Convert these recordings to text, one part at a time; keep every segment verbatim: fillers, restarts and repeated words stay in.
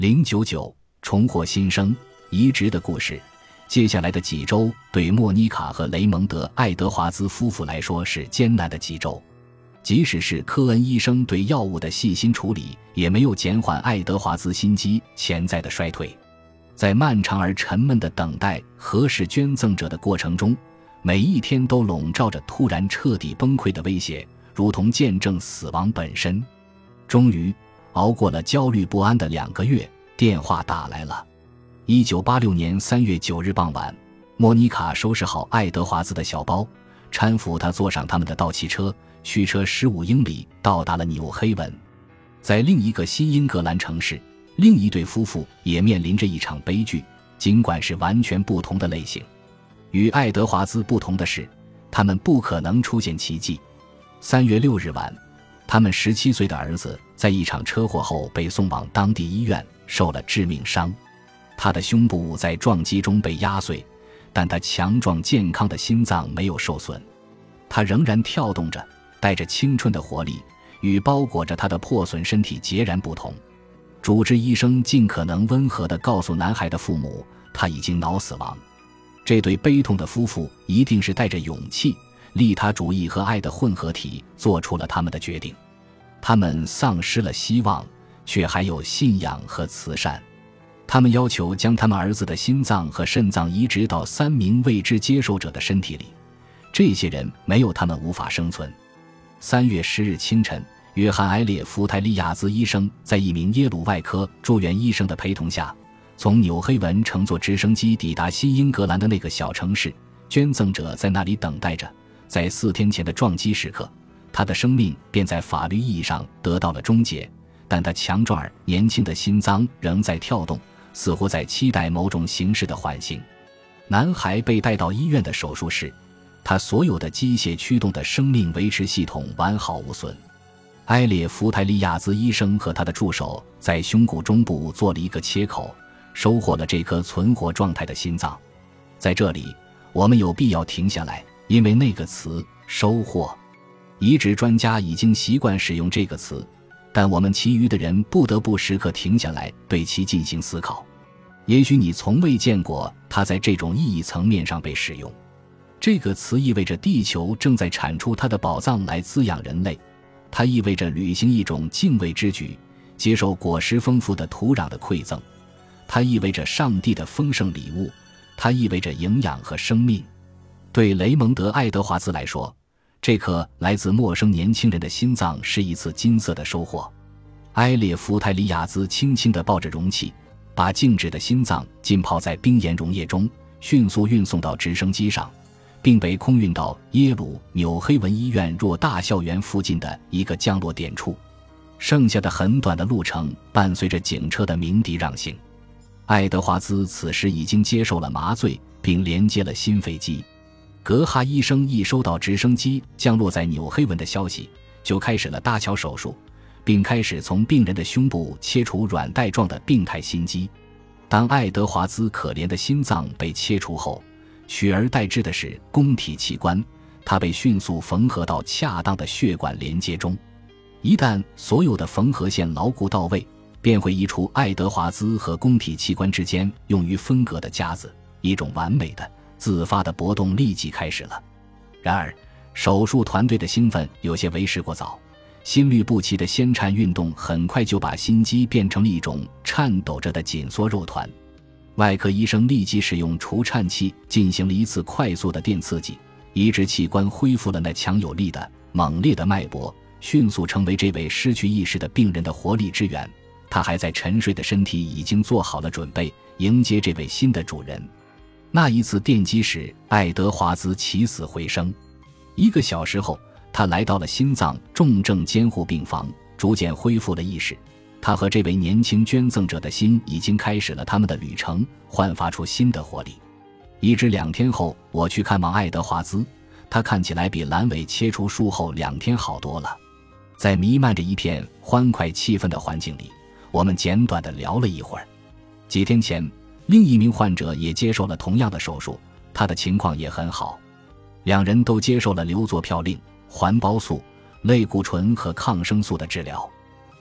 零九九重获新生移植的故事。接下来的几周对莫妮卡和雷蒙德·爱德华兹夫妇来说是艰难的几周，即使是科恩医生对药物的细心处理，也没有减缓爱德华兹心肌潜在的衰退。在漫长而沉闷的等待合适捐赠者的过程中，每一天都笼罩着突然彻底崩溃的威胁，如同见证死亡本身。终于熬过了焦虑不安的两个月，电话打来了。一九八六年三月九日傍晚，莫妮卡收拾好爱德华兹的小包，搀扶他坐上他们的道奇车，驱车十五英里到达了纽黑文。在另一个新英格兰城市，另一对夫妇也面临着一场悲剧，尽管是完全不同的类型。与爱德华兹不同的是，他们不可能出现奇迹。三月六日晚，他们十七岁的儿子在一场车祸后被送往当地医院，受了致命伤。他的胸部在撞击中被压碎，但他强壮健康的心脏没有受损。他仍然跳动着，带着青春的活力，与包裹着他的破损身体截然不同。主治医生尽可能温和地告诉男孩的父母，他已经脑死亡。这对悲痛的夫妇一定是带着勇气、利他主义和爱的混合体做出了他们的决定。他们丧失了希望，却还有信仰和慈善。他们要求将他们儿子的心脏和肾脏移植到三名未知接受者的身体里，这些人没有他们无法生存。三月十日清晨，约翰·埃列夫泰利亚兹医生在一名耶鲁外科住院医生的陪同下，从纽黑文乘坐直升机抵达新英格兰的那个小城市。捐赠者在那里等待着，在四天前的撞击时刻，他的生命便在法律意义上得到了终结，但他强壮而年轻的心脏仍在跳动，似乎在期待某种形式的缓刑。男孩被带到医院的手术室，他所有的机械驱动的生命维持系统完好无损。埃列夫泰利亚兹医生和他的助手在胸骨中部做了一个切口，收获了这颗存活状态的心脏。在这里，我们有必要停下来，因为那个词收获。移植专家已经习惯使用这个词，但我们其余的人不得不时刻停下来对其进行思考。也许你从未见过它在这种意义层面上被使用。这个词意味着地球正在产出它的宝藏来滋养人类，它意味着履行一种敬畏之举，接受果实丰富的土壤的馈赠。它意味着上帝的丰盛礼物，它意味着营养和生命。对雷蒙德·爱德华兹来说，这颗来自陌生年轻人的心脏是一次金色的收获。埃列夫泰利亚兹轻轻地抱着容器，把静止的心脏浸泡在冰盐溶液中，迅速运送到直升机上，并被空运到耶鲁纽黑文医院偌大校园附近的一个降落点处。剩下的很短的路程伴随着警车的鸣笛让行。爱德华兹此时已经接受了麻醉，并连接了心肺机。格哈医生一收到直升机降落在纽黑文的消息，就开始了搭桥手术，并开始从病人的胸部切除软带状的病态心肌。当爱德华兹可怜的心脏被切除后，取而代之的是肱体器官，它被迅速缝合到恰当的血管连接中。一旦所有的缝合线牢固到位，便会移除爱德华兹和肱体器官之间用于分隔的夹子，一种完美的自发的搏动立即开始了。然而手术团队的兴奋有些为时过早，心律不齐的纤颤运动很快就把心肌变成了一种颤抖着的紧缩肉团。外科医生立即使用除颤器进行了一次快速的电刺激，移植器官恢复了那强有力的猛烈的脉搏，迅速成为这位失去意识的病人的活力之源。他还在沉睡的身体已经做好了准备，迎接这位新的主人。那一次电击使爱德华兹起死回生。一个小时后，他来到了心脏重症监护病房，逐渐恢复了意识。他和这位年轻捐赠者的心已经开始了他们的旅程，焕发出新的活力。移植两天后，我去看望爱德华兹，他看起来比阑尾切除术后两天好多了。在弥漫着一片欢快气氛的环境里，我们简短地聊了一会儿。几天前，另一名患者也接受了同样的手术，他的情况也很好。两人都接受了硫唑嘌呤、环孢素、类固醇和抗生素的治疗。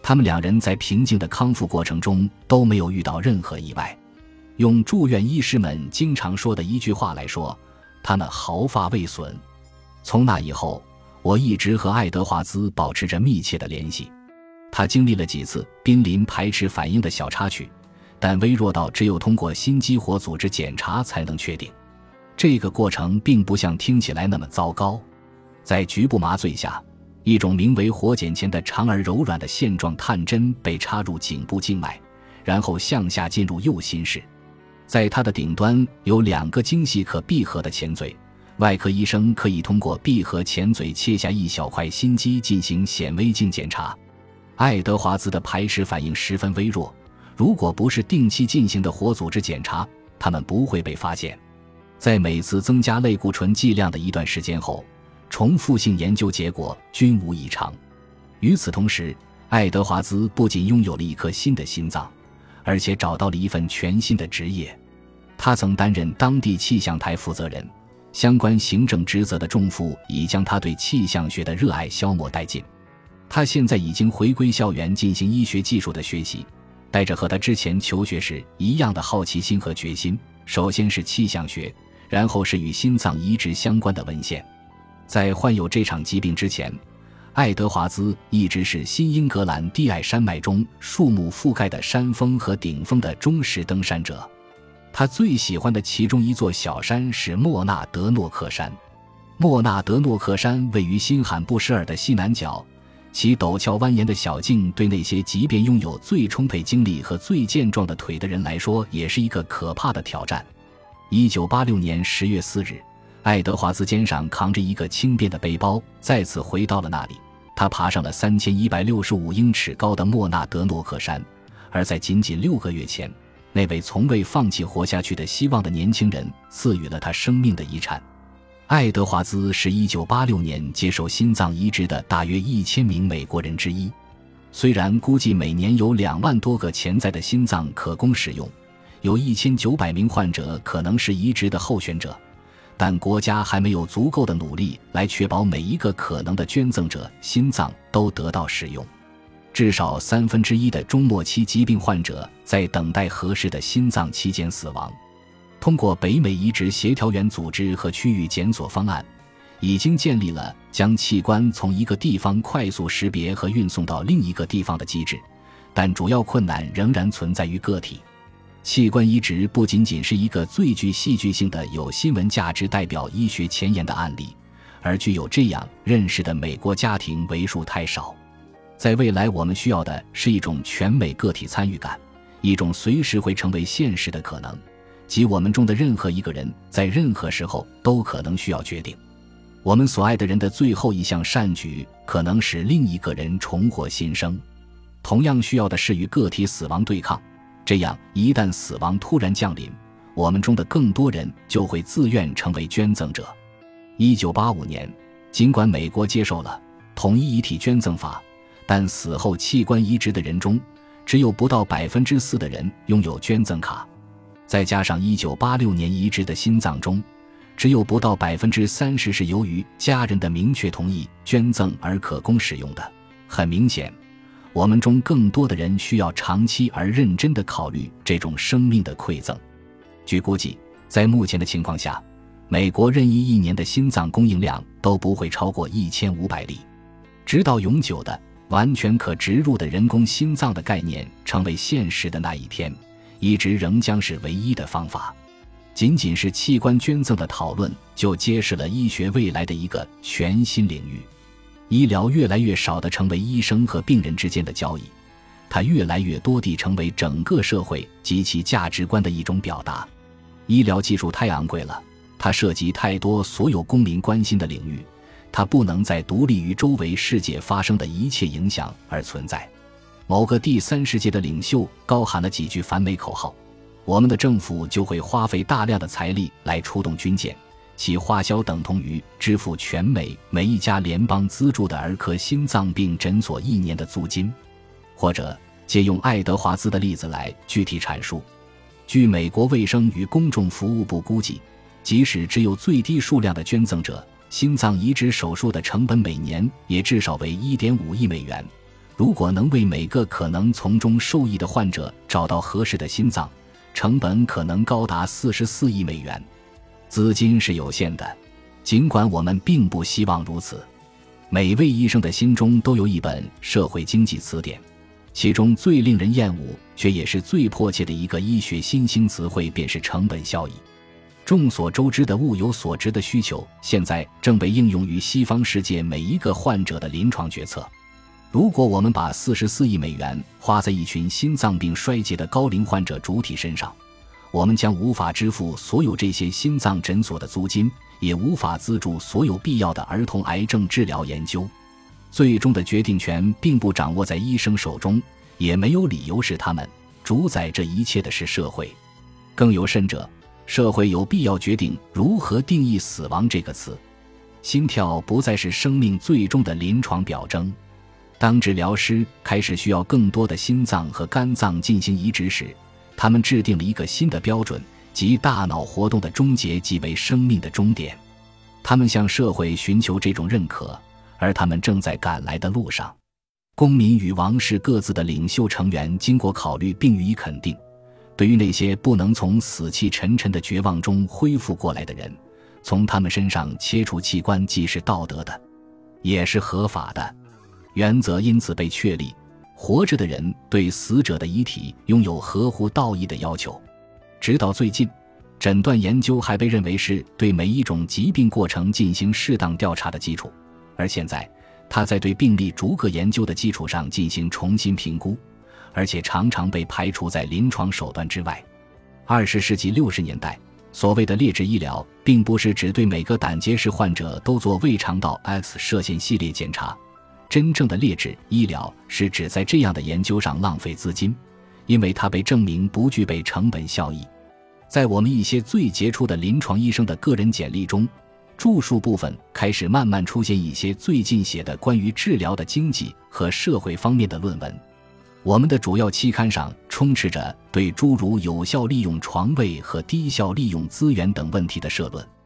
他们两人在平静的康复过程中都没有遇到任何意外。用住院医师们经常说的一句话来说，他们毫发未损。从那以后，我一直和爱德华兹保持着密切的联系。他经历了几次濒临排斥反应的小插曲，但微弱到只有通过心肌活组织检查才能确定。这个过程并不像听起来那么糟糕。在局部麻醉下，一种名为活检钳的长而柔软的线状探针被插入颈部静脉，然后向下进入右心室。在它的顶端有两个精细可闭合的钳嘴，外科医生可以通过闭合钳嘴切下一小块心肌进行显微镜检查。爱德华兹的排斥反应十分微弱，如果不是定期进行的活组织检查，它们不会被发现。在每次增加类固醇剂量的一段时间后，重复性研究结果均无异常。与此同时，爱德华兹不仅拥有了一颗新的心脏，而且找到了一份全新的职业。他曾担任当地气象台负责人，相关行政职责的重负已将他对气象学的热爱消磨殆尽。他现在已经回归校园进行医学技术的学习，带着和他之前求学时一样的好奇心和决心，首先是气象学，然后是与心脏移植相关的文献。在患有这场疾病之前，爱德华兹一直是新英格兰低矮山脉中树木覆盖的山峰和顶峰的忠实登山者。他最喜欢的其中一座小山是莫纳德诺克山。莫纳德诺克山位于新罕布什尔的西南角，其陡峭蜿蜒的小径对那些即便拥有最充沛精力和最健壮的腿的人来说也是一个可怕的挑战。一九八六年十月四日，爱德华兹肩上扛着一个轻便的背包，再次回到了那里。他爬上了三千一百六十五英尺高的莫纳德诺克山，而在仅仅六个月前，那位从未放弃活下去的希望的年轻人赐予了他生命的遗产。爱德华兹是一九八六年接受心脏移植的大约一千名美国人之一。虽然估计每年有两万多个潜在的心脏可供使用，有一千九百名患者可能是移植的候选者，但国家还没有足够的努力来确保每一个可能的捐赠者心脏都得到使用。至少三分之一的中末期疾病患者在等待合适的心脏期间死亡。通过北美移植协调员组织和区域检索方案，已经建立了将器官从一个地方快速识别和运送到另一个地方的机制，但主要困难仍然存在于个体。器官移植不仅仅是一个最具戏剧性的有新闻价值代表医学前沿的案例，而具有这样认识的美国家庭为数太少。在未来，我们需要的是一种全美个体参与感，一种随时会成为现实的可能，即我们中的任何一个人在任何时候都可能需要决定我们所爱的人的最后一项善举可能使另一个人重获新生。同样需要的是与个体死亡对抗，这样一旦死亡突然降临，我们中的更多人就会自愿成为捐赠者。一九八五年，尽管美国接受了统一遗体捐赠法，但死后器官移植的人中只有不到 百分之四 的人拥有捐赠卡。再加上一九八六年移植的心脏中只有不到 百分之三十 是由于家人的明确同意捐赠而可供使用的。很明显，我们中更多的人需要长期而认真地考虑这种生命的馈赠。据估计，在目前的情况下，美国任意一年的心脏供应量都不会超过一千五百例。直到永久的完全可植入的人工心脏的概念成为现实的那一天，移植仍将是唯一的方法。仅仅是器官捐赠的讨论就揭示了医学未来的一个全新领域。医疗越来越少地成为医生和病人之间的交易，它越来越多地成为整个社会及其价值观的一种表达。医疗技术太昂贵了，它涉及太多所有公民关心的领域，它不能再独立于周围世界发生的一切影响而存在。某个第三世界的领袖高喊了几句反美口号，我们的政府就会花费大量的财力来出动军舰，其花销等同于支付全美每一家联邦资助的儿科心脏病诊所一年的租金。或者借用爱德华兹的例子来具体阐述，据美国卫生与公众服务部估计，即使只有最低数量的捐赠者，心脏移植手术的成本每年也至少为 一点五亿美元。 如果能为每个可能从中受益的患者找到合适的心脏，成本可能高达四十四亿美元。资金是有限的，尽管我们并不希望如此。每位医生的心中都有一本社会经济词典，其中最令人厌恶却也是最迫切的一个医学新兴词汇便是成本效益。众所周知的物有所值的需求现在正被应用于西方世界每一个患者的临床决策。如果我们把四十四亿美元花在一群心脏病衰竭的高龄患者主体身上，我们将无法支付所有这些心脏诊所的租金，也无法资助所有必要的儿童癌症治疗研究。最终的决定权并不掌握在医生手中，也没有理由是他们，主宰这一切的是社会。更有甚者，社会有必要决定如何定义死亡这个词。心跳不再是生命最终的临床表征。当治疗师开始需要更多的心脏和肝脏进行移植时，他们制定了一个新的标准，即大脑活动的终结即为生命的终点。他们向社会寻求这种认可，而他们正在赶来的路上。公民与王室各自的领袖成员经过考虑并予以肯定，对于那些不能从死气沉沉的绝望中恢复过来的人，从他们身上切除器官既是道德的，也是合法的。原则因此被确立，活着的人对死者的遗体拥有合乎道义的要求。直到最近，诊断研究还被认为是对每一种疾病过程进行适当调查的基础，而现在它在对病例逐个研究的基础上进行重新评估，而且常常被排除在临床手段之外。二十世纪六十年代，所谓的劣质医疗并不是指对每个胆结石患者都做胃肠道 X 射线系列检查，真正的劣质医疗是指在这样的研究上浪费资金，因为它被证明不具备成本效益。在我们一些最杰出的临床医生的个人简历中，著述部分开始慢慢出现一些最近写的关于治疗的经济和社会方面的论文。我们的主要期刊上充斥着对诸如有效利用床位和低效利用资源等问题的社论。